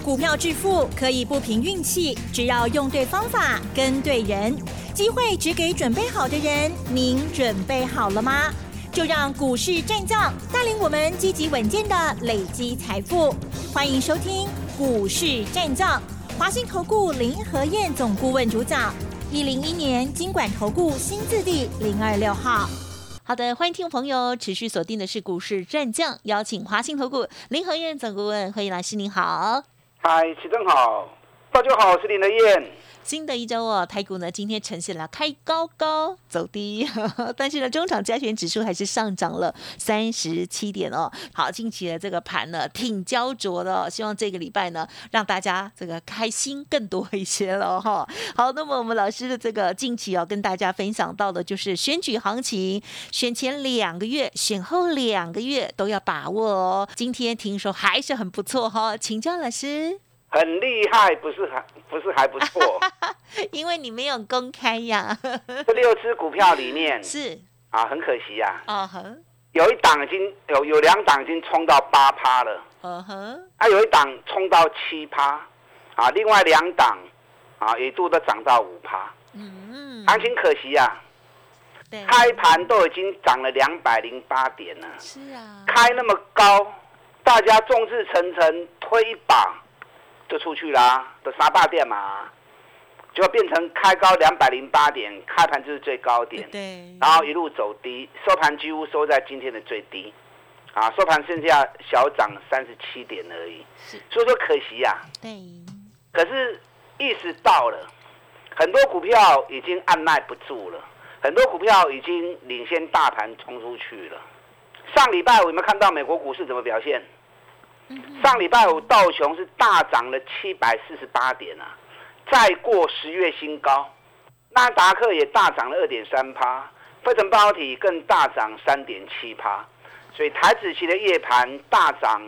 股票致富可以不凭运气，只要用对方法、跟对人，机会只给准备好的人。您准备好了吗？就让股市战将带领我们积极稳健的累积财富。欢迎收听股市战将，华信投顾林和彥总顾问主讲，101年金管投顾新字第026号。好的，欢迎听众朋友持续锁定的是股市战将，邀请华信投顾林和彥总顾问，何彥老师您好。 嗨，齐正好，大家好，我是林和彥。 新的一周哦，台股呢今天呈现了开高高走低，但是呢中场加权指数还是上涨了37点哦。好，近期的这个盘呢挺焦灼的哦，希望这个礼拜呢让大家这个开心更多一些了哈。好，那么我们老师的这个近期哦跟大家分享到的就是选举行情，选前2个月、选后2个月都要把握哦。今天听说还是很不错哈，请教老师。 很厉害，不是还不错， 因为你没有公开呀。 这6只股票里面是啊，很可惜啊，有一档已经有2档已经冲到8%了，有一档冲到7%，啊，另外2档啊一度都涨到5%，行情可惜啊，开盘都已经涨了208点了， 是啊，开那么高，大家众志成城推一把。就出去啦，都300点嘛，就变成开高208点，开盘就是最高点， 对， 然后一路走低，收盘几乎收在今天的最低，啊，收盘剩下小涨37点而已，所以说可惜呀， 对， 可是意识到了，很多股票已经按捺不住了，很多股票已经领先大盘冲出去了。上礼拜五有没有看到美国股市怎么表现？上礼拜五道琼是大涨了748点啊，再过10月新高。纳达克也大涨了2.3%，费城半导体更大涨3.7%，所以台指期的夜盘大涨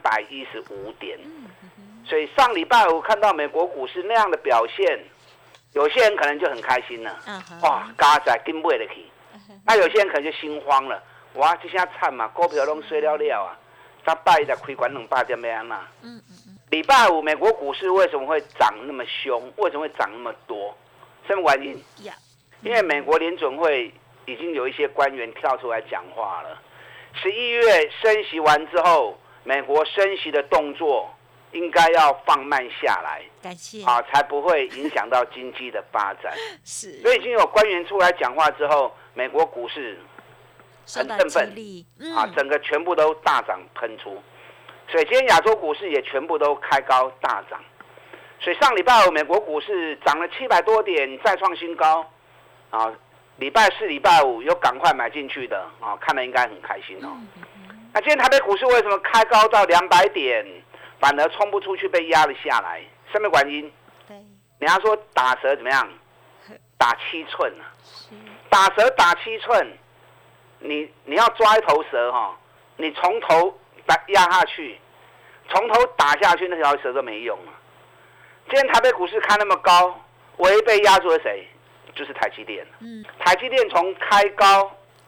215点。所以上礼拜五看到美国股市那样的表现，有些人可能就很开心了，哇，加在跟不了去。那有些人可能就心慌了，哇，这下惨嘛，股票都衰了了啊。他拜的亏管200点没安啦。礼拜五美国股市为什么会涨那么凶？为什么会涨那么多？什么原因？因为美国联准会已经有一些官员跳出来讲话了。11月升息完之后，美国升息的动作应该要放慢下来， 感谢啊，才不会影响到经济的发展。 是， 所以已经有官员出来讲话之后，美国股市很振奋，啊，整个全部都大涨喷出，所以今天亚洲股市也全部都开高大涨，所以上礼拜五美国股市涨了700多点，再创新高，啊，礼拜4、礼拜5有赶快买进去的啊，看了应该很开心哦。那今天台北股市为什么开高到200点，反而冲不出去被压了下来？什么原因？人家说打蛇怎么样？打7寸啊，打蛇打7寸。你要抓一头蛇哈，你从头压下去，从头打下去，那条蛇都没用了。今天台北股市开那么高，唯一被压住了谁？就是台积电。台积电从开高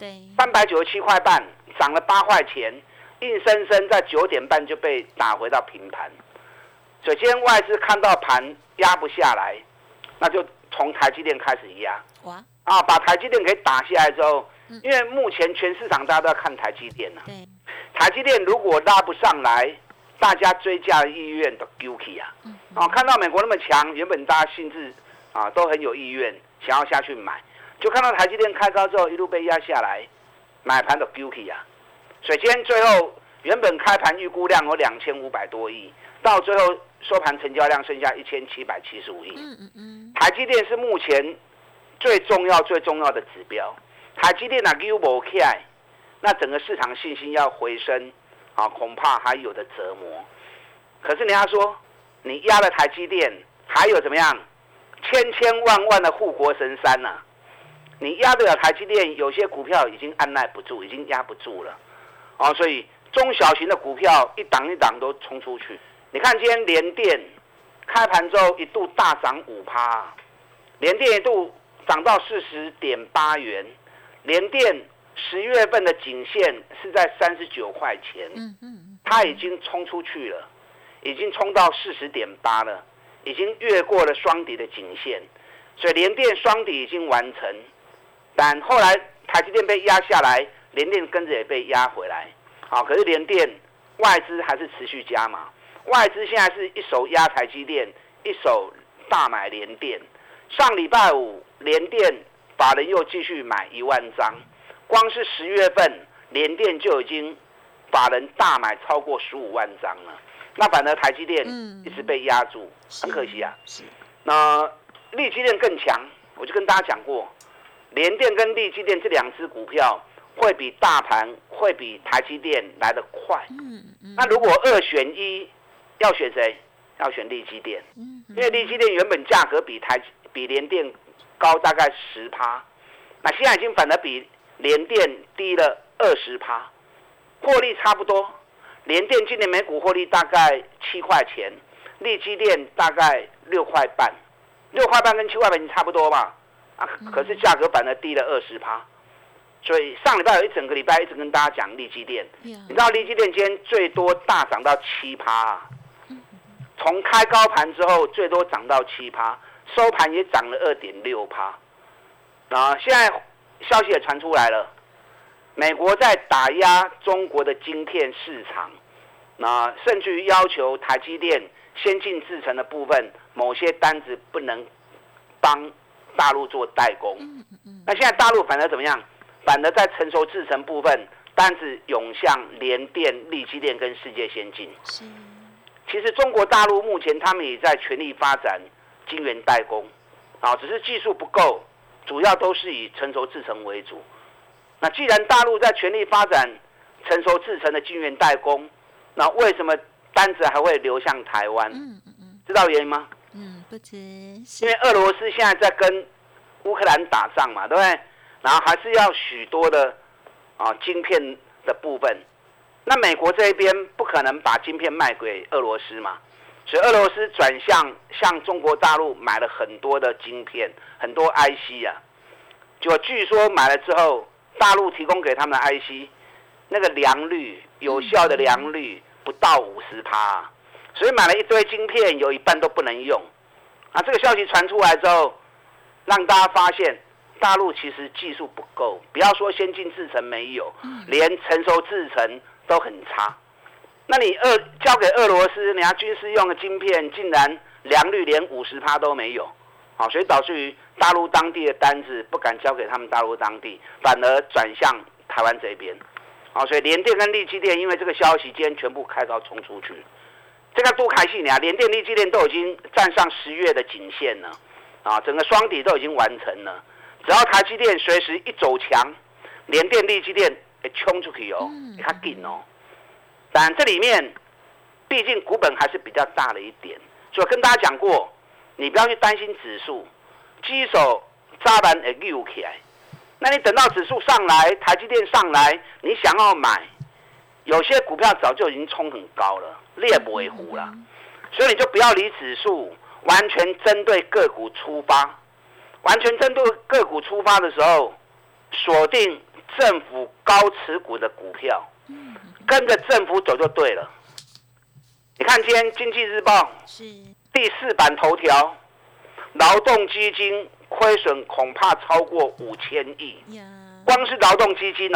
397块半，涨了8块钱，硬生生在9点半就被打回到平盘。所以今天外资看到盘压不下来，那就从台积电开始压。啊，把台积电给打下来之后。因为目前全市场大家都要看台积电台积电如果拉不上来，大家追价的意愿都丢弃啊。看到美国那么强，原本大家兴致啊都很有意愿想要下去买，就看到台积电开高之后一路被压下来，买盘都丢弃啊。所以今天最后原本开盘预估量有2500多亿，到最后收盘成交量剩下1775亿。台积电是目前最重要的指标。台积电如果没起来，那整个市场信心要回升，啊，恐怕还有的折磨。可是人家说，你压了台积电，还有怎么样？千万的护国神山啊！你压得了台积电，有些股票已经按捺不住，已经压不住了，啊，所以中小型的股票一档一档都冲出去。你看今天联电开盘之后一度大涨5%，联电一度涨到40.8元。联电10月份的颈线是在39块钱，它已经冲出去了， 已经冲到40.8了，已经越过了双底的颈线，所以联电双底已经完成。但后来台积电被压下来，联电跟着也被压回来。好，可是联电外资还是持续加码，外资现在是一手压台积电，一手大买联电。上礼拜五联电法人又继续买1万张，光是10月份联电就已经法人大买超过15万张了。那反而台积电一直被压住，很可惜啊。那力积电更强，我就跟大家讲过，联电跟力积电这2只股票会比大盘会比台积电来得快。那如果2选1，要选谁？要选力积电，因为力积电原本价格比联电高大概10%，那现在已经反而比联电低了20%，获利差不多。联电今年每股获利大概7块钱，力积电大概6块半，6块半跟7块半已经差不多嘛。可是价格反而低了20%，所以上礼拜有一整个礼拜一直跟大家讲力积电，你知道力积电今天最多大涨到7%啊，从开高盘之后最多涨到7%，收盘也涨了2.6%。那现在消息也传出来了。美国在打压中国的晶片市场，那甚至于要求台积电先进制程的部分某些单子不能帮大陆做代工。那现在大陆反而怎么样？反而在成熟制程部分单子涌向联电、力积电跟世界先进。其实中国大陆目前他们也在全力发展晶圆代工，只是技术不够，主要都是以成熟制程为主。那既然大陆在全力发展成熟制程的晶圆代工，那为什么单子还会流向台湾？知道原因吗？ 不知。 因为俄罗斯现在在跟乌克兰打仗嘛，对不对？然后还是要许多的晶片的部分。那美国这一边不可能把晶片卖给俄罗斯嘛，所以俄罗斯转向中国大陆买了很多的晶片，很多 IC 啊。结果据说买了之后，大陆提供给他们的 IC， 那个良率有效的良率不到50%，所以买了一堆晶片，有一半都不能用。这个消息传出来之后，让大家发现大陆其实技术不够，不要说先进制程没有，连成熟制程都很差。那你交给俄罗斯，人家军事用的晶片竟然良率连50%都没有。所以导致于大陆当地的单子不敢交给他们大陆当地，反而转向台湾这边。所以联电跟力积电因为这个消息，今天全部开高冲出去。这个多开心啊！联电、力积电都已经站上10月的颈线了，整个双底都已经完成了。只要台积电随时一走强，联电、力积电会冲出去哦，会较紧哦。但这里面毕竟股本还是比较大了一点，所以跟大家讲过。你不要去担心指数，基手早晚会溜起来。那你等到指数上来，台积电上来，你想要买，有些股票早就已经冲很高了，你也不会糊了。所以你就不要理指数，完全针对个股出发。完全针对个股出发的时候，锁定政府高持股的股票，跟着政府走就对了。你看今天《经济日报》是第4版头条，劳动基金亏损恐怕超过5000亿，光是劳动基金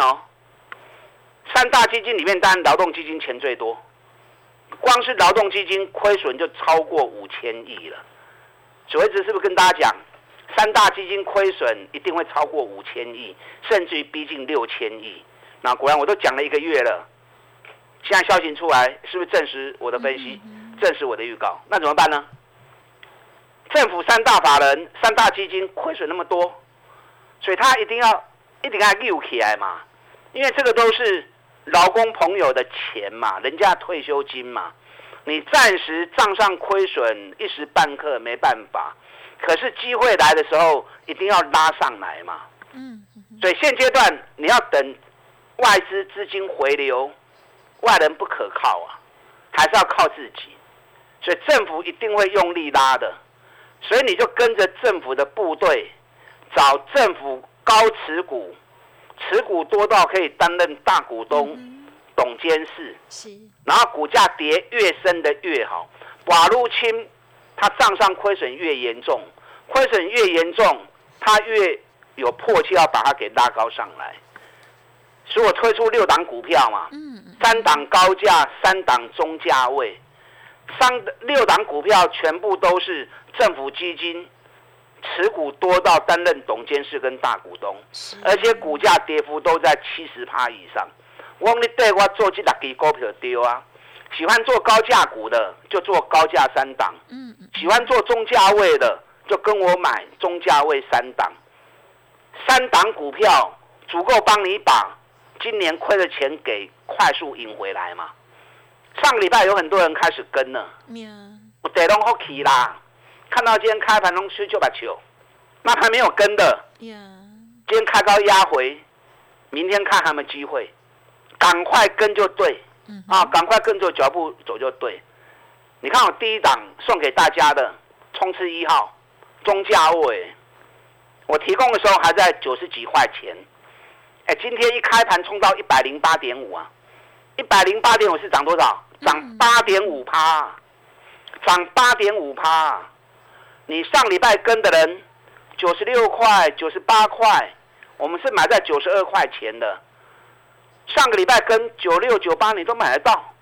3大基金里面当然劳动基金钱最多，光是劳动基金亏损就超过5000亿了。所以这是不是跟大家讲，3大基金亏损一定会超过5000亿，甚至于逼近6000亿？那果然我都讲了1个月了，现在消息出来，是不是证实我的分析，证实我的预告？那怎么办呢？政府3大法人、3大基金亏损那么多，所以他一定要溜起来嘛，因为这个都是劳工朋友的钱嘛，人家退休金嘛，你暂时账上亏损一时半刻没办法，可是机会来的时候一定要拉上来嘛。所以现阶段你要等外资资金回流，外人不可靠啊，还是要靠自己，所以政府一定会用力拉的。所以你就跟着政府的部队，找政府高持股，持股多到可以担任大股东、董监事， 是， 然后股价跌越深的越好，寡入侵，它账上亏损越严重，亏损越严重，它越有迫切要把它给拉高上来。所以我推出6档股票嘛，3档高价，3档中价位，6档股票全部都是政府基金持股多到担任董监事跟大股东，而且股价跌幅都在70%以上。我说你对我做这6支股票对啊，喜欢做高价股的就做高价3档，喜欢做中价位的就跟我买中价位3档，3档股票足够帮你把今年亏的钱给快速赢回来嘛。上个礼拜有很多人开始跟了，我得拢好起啦，看到今天开盘拢需求把球，那还没有跟的，今天开高压回，明天看还有没有机会，赶快跟就对，赶快跟着脚步走就对。你看我第一档送给大家的冲刺1号中价位，我提供的时候还在90几块钱，今天一开盘冲到108.5啊，108.5是涨多少？涨8.5%，涨8.5%。你上礼拜跟的人96块、98块，我们是买在92块钱的。上个礼拜跟96、98你都买得到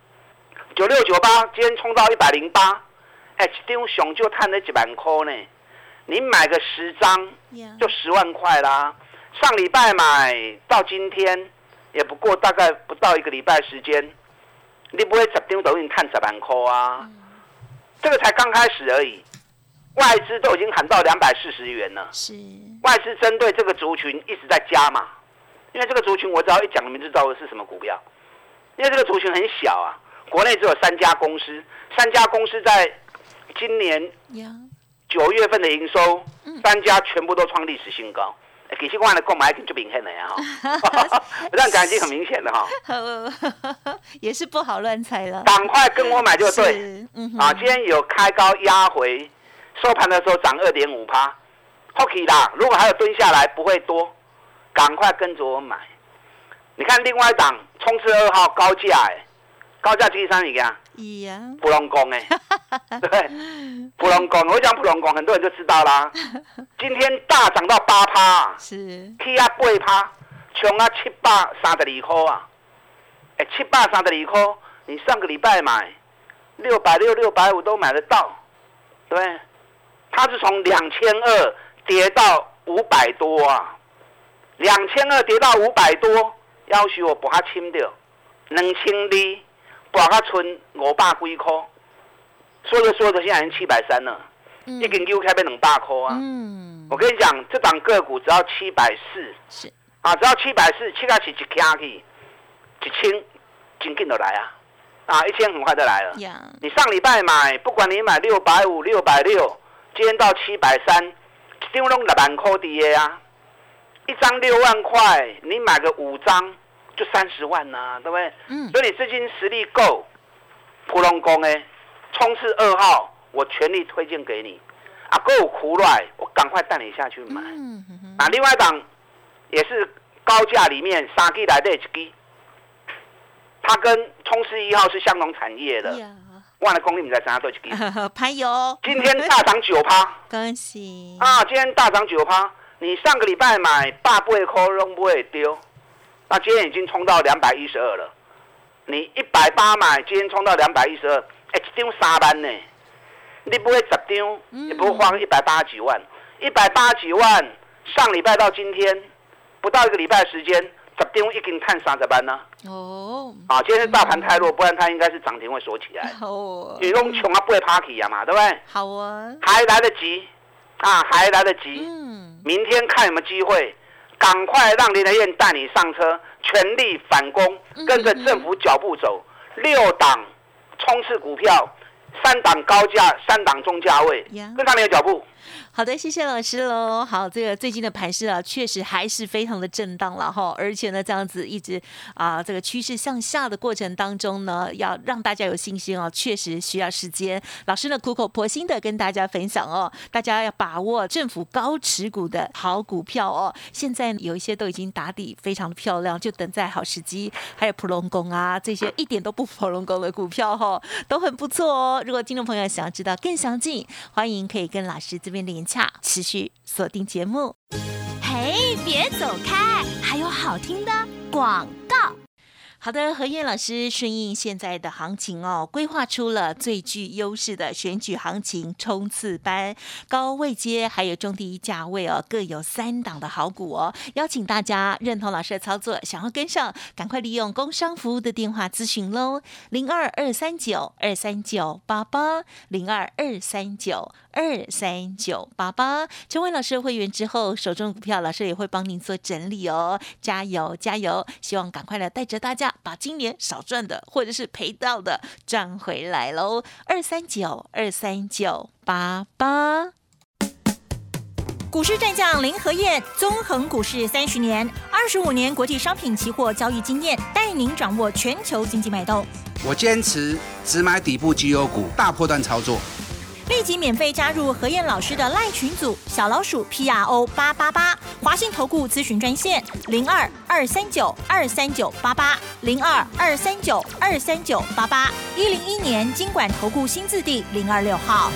，96、98今天冲到108，一张上就赚了1万块呢。你买个10张就10万块啦。上礼拜买到今天也不过大概不到1个礼拜时间，你不会10张都已经赚10万块啊。这个才刚开始而已，外资都已经喊到240元了。是，外资针对这个族群一直在加码，因为这个族群我只要一讲，你们就知道是什么股票。因为这个族群很小啊，国内只有3家公司，3家公司在今年9月份的营收，3家全部都创历史新高。其实我的购买就明显的呀，这样讲已经很明显了哈。 也是不好乱猜了。 赶快跟我买就对。今天有开高压回，收盘的时候涨2.5%，好起啦。如果还有蹲下来不会多，赶快跟着我买。你看另外一档冲刺2号高价高价73你看。普隆宫对，普隆宫，我讲普隆宫，很多人就知道啦。今天大涨到8%，是，起啊8%，冲啊732块啊，732块，你上个礼拜买660、650都买得到，对，它是从2200跌到500多啊，2200跌到500多，要许我把它清掉，2200。博到剩500几块，说着说着现在已经730了，已经又开变200块啊！我跟你讲，这档个股只要740，只要740，切开起一卡去，1000，紧紧就来啊！1000很快就来了。你上礼拜买，不管你买650、660，今天到730，一张拢6万块的啊！一张6万块，你买个5张。就30万呐，对不对？所以你资金实力够，普隆宫冲刺2号，我全力推荐给你。够苦来，我赶快带你下去买。另外一档也是高价里面3支来的1支，它跟冲刺1号是相同产业的。忘了功力，你在啥对1支？ 还有， 今天大涨9%， 恭喜今天大涨9%，你上个礼拜买8块拢不会丢。那今天已经冲到212了，你180买，今天冲到212，一张3万呢，你不会10张，也不会花180几万，180几万，上礼拜到今天不到1个礼拜的时间，10张已经赚30万了。今天是大盘太弱，不然它应该是涨停会锁起来。你用穷啊不会趴起啊嘛，对不对？ 好啊， 还来得及还来得及。明天看有没有机会。赶快让林德燕带你上车，全力反攻，跟着政府脚步走。6档冲刺股票， 3档高价，3档中价位，跟上你的脚步。 好的，谢谢老师喽。好，这个最近的盘势啊，确实还是非常的震荡了哈，而且呢，这样子一直这个趋势向下的过程当中呢，要让大家有信心哦，确实需要时间。老师呢苦口婆心的跟大家分享哦，大家要把握政府高持股的好股票哦。现在有一些都已经打底非常的漂亮，就等在好时机。还有普龙宫啊，这些一点都不普龙宫的股票哈，都很不错哦。如果听众朋友想要知道更详尽，欢迎可以跟老师这边连洽，持续锁定节目。 嘿，别走开，还有好听的广告。 好的，何燕老师顺应现在的行情哦，规划出了最具优势的选举行情冲刺班，高位阶还有中低价位哦，各有3档的好股哦，邀请大家认同老师的操作，想要跟上，赶快利用工商服务的电话咨询喽，02-239-23988，02-239-23988，成为老师的会员之后，手中的股票老师也会帮您做整理哦，加油加油！希望赶快的带着大家把今年少赚的或者是赔到的赚回来喽，239-239-88。股市战将林和彥，纵横股市30年，25年国际商品期货交易经验，带您掌握全球经济脉动。 我坚持只买底部绩优股，大波段操作。 立即免费加入何燕老师的赖群组，小老鼠 PRO888，华信投顾咨询专线02-239-23988，02-239-23988，101年金管投顾新字第026号。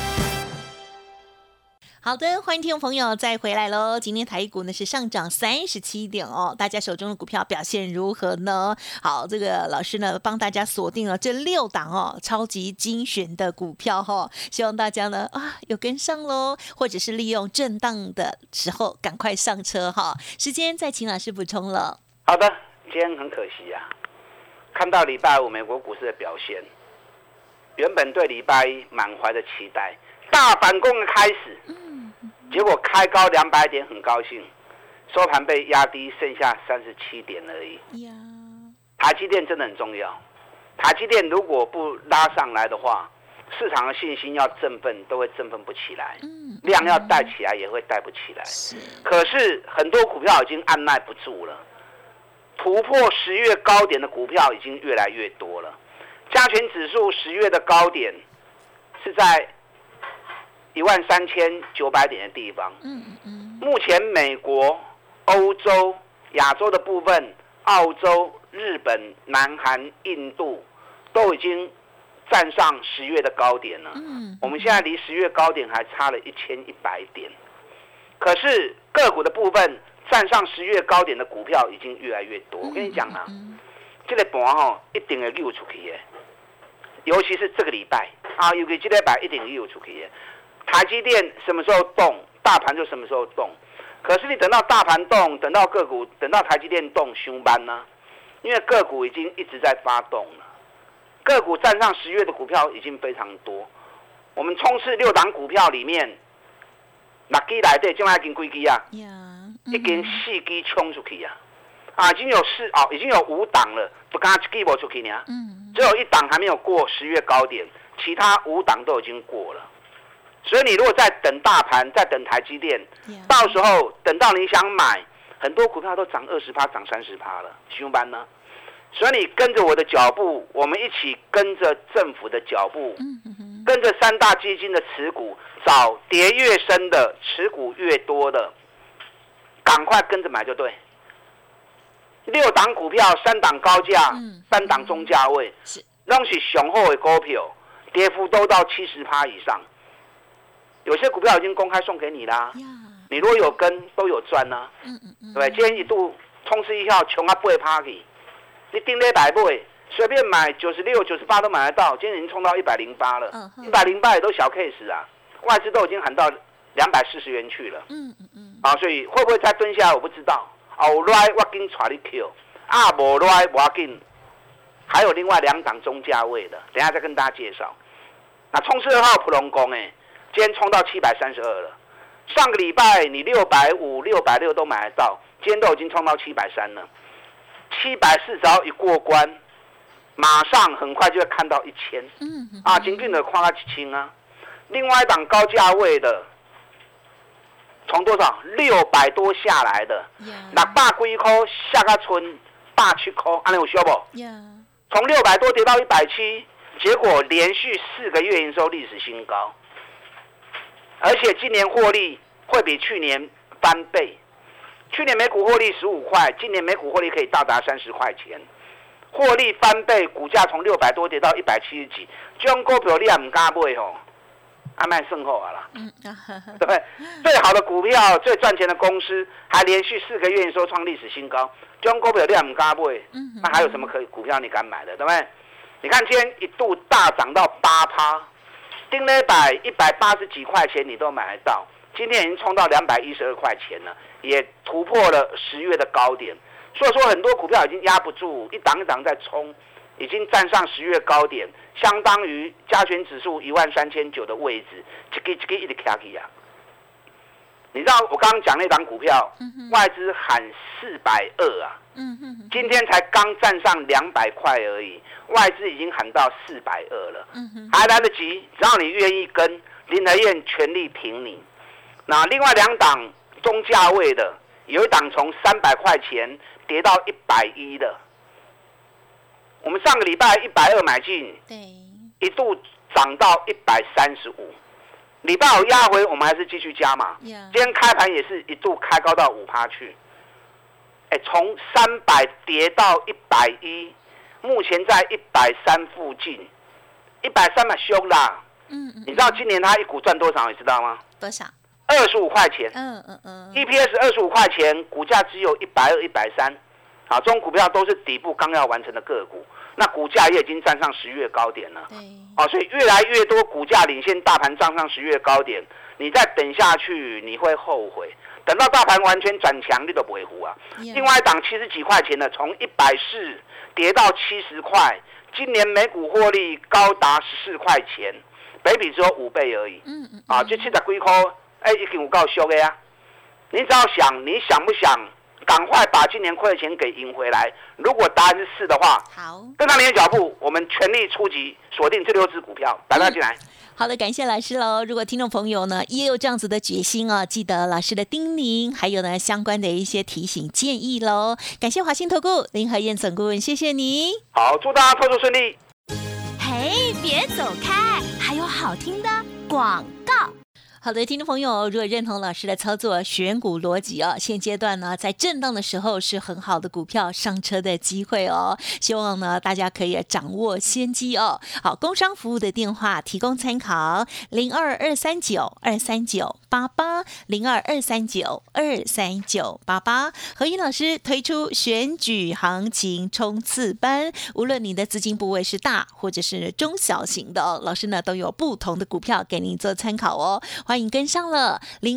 好的，欢迎听众朋友再回来喽。今天台股呢是上涨37点哦，大家手中的股票表现如何呢？好，这个老师呢帮大家锁定了这6档哦，超级精选的股票哈、哦，希望大家呢有跟上喽，或者是利用震荡的时候赶快上车哈。时间再请老师补充了。 好的，今天很可惜啊，看到礼拜5美国股市的表现，原本对礼拜1满怀的期待，大反攻的开始。结果开高200点，很高兴，收盘被压低，剩下37点而已。台积电真的很重要，台积电如果不拉上来的话，市场的信心要振奋都会振奋不起来，量要带起来也会带不起来。可是很多股票已经按耐不住了，突破10月高点的股票已经越来越多了。加权指数10月的高点是在13900点的地方。目前美国、欧洲、亚洲的部分，澳洲、日本、南韩、印度都已经站上10月的高点了。我们现在离10月高点还差了1100点。可是个股的部分站上10月高点的股票已经越来越多。我跟你讲啊，这个盘一定会溜出去的，尤其是这个礼拜尤其这个礼拜一定会溜出去的。台积电什么时候动，大盘就什么时候动。可是你等到大盘动，等到个股，等到台积电动，凶班呢？因为个股已经一直在发动了，个股站上10月的股票已经非常多。我们冲刺6档股票里面，6支内底现在已经几支啊？已经4支冲出去啊！已经有5档了，不刚1支没出去呢。只有1档还没有过10月高点，其他5档都已经过了。所以你如果在等大盘，在等台积电，到时候等到你想买，很多股票都涨20%、涨30%了，凶班呢？所以你跟着我的脚步，我们一起跟着政府的脚步，跟着3大基金的持股，找跌越深的、持股越多的，赶快跟着买就对。6档股票，3档高价，3档中价位，都是雄厚的股票，跌幅都到70%以上。有些股票已经公开送给你啦，你如果有跟都有赚啊，对不对？今天一度冲刺一票穷啊8%，你盯了100买，随便买96、98都买得到，今天已经冲到108了，108也都小 case 啊，外资都已经喊到240元去了，所以会不会再蹲下来我不知道，有来我给你带你 Q， 没来我给你，还有另外2档中价位的，等一下再跟大家介绍。那冲刺2号普龙宫今天冲到732了，上个礼拜你650、660都买得到，今天都已经冲到730了。740只要一过关， 马上很快就会看到1000，啊，真紧的看到1000啊。另外一档高价位的，从多少600多下来的，600几块下个村170块，安尼有需要不？从600多跌到170，结果连续4个月营收历史新高，而且今年获利会比去年翻倍。去年每股获利15块，今年每股获利可以到达30块钱，获利翻倍，股价从600多跌到170几，这种股票你也不敢买吼，还卖剩后啦，对不对？最好的股票、最赚钱的公司，还连续4个月营收创历史新高，这种股票你也不敢买，那还有什么股票你敢买的，对不对？你看今天一度大涨到8%，顶礼拜180几块钱你都买得到，今天已经冲到212块钱了，也突破了10月的高点。所以说很多股票已经压不住，一档一档在冲，已经站上10月高点，相当于加权指数13900的位置，一个一直卡起啊。你知道我刚刚讲那档股票，外资喊420啊，今天才刚站上200块而已，外资已经喊到420了，还来得及，只要你愿意跟，林和彥全力挺你。那另外2档中价位的，有一档从300块钱跌到110的，我们上个礼拜120买进，一度涨到135，礼拜五压回，我们还是继续加码。今天开盘也是一度开高到5%去，从300跌到110，目前在130附近，130蛮凶啦。你知道今年它一股赚多少？你知道吗？ 多少 ？25块钱。EPS 25块钱，股价只有120、130。啊，这种股票都是底部刚要完成的个股，那股价也已经站上10月高点了。所以越来越多股价领先大盘站上10月高点，你再等下去你会后悔。等到大盘完全转强，你都不会糊啊。另外一档70几块钱的，从140跌到70块，今年每股获利高达14块钱，北比只有5倍而已。就70几块，已经有够俗的啊。你只要想，你想不想赶快把今年亏的钱给赢回来？如果答案是是的话， 好， 跟上你的脚步，我们全力出击，锁定这6只股票，打进来。 好的，感谢老师喽。如果听众朋友呢也有这样子的决心哦，记得老师的叮咛，还有呢相关的一些提醒建议喽。感谢华信投顾林和彥总顾问，谢谢你。 好，祝大家操作顺利。 嘿，别走开，还有好听的广告。 好的，听众朋友，如果认同老师的操作选股逻辑哦，现阶段呢在震荡的时候是很好的股票上车的机会哦，希望呢大家可以掌握先机哦。好，工商服务的电话提供参考，02-239-23988，02-239-23988。和彥老师推出选举行情冲刺班，无论你的资金部位是大或者是中小型的哦，老师呢都有不同的股票给您做参考哦。欢迎跟上了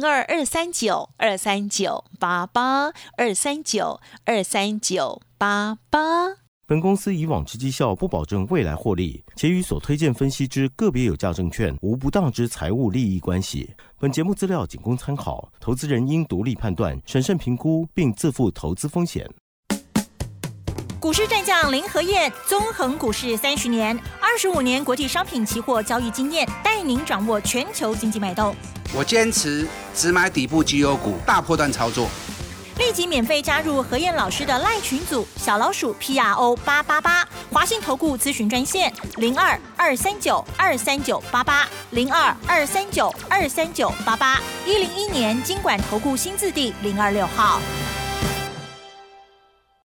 ，02-239-23988，239-23988。 本公司以往之绩效不保证未来获利，且与所推荐分析之个别有价证券无不当之财务利益关系。本节目资料仅供参考，投资人应独立判断、审慎评估，并自负投资风险。 股市战将林和彥，纵横股市30年，25年国际商品期货交易经验，带您掌握全球经济脉动。 我坚持只买底部绩优股，大波段操作。 立即免费加入和彥老师的LINE群组，小老鼠 PRO888，华信投顾咨询专线02-239-23988，02-239-23988，101年金管投顾新字第026号。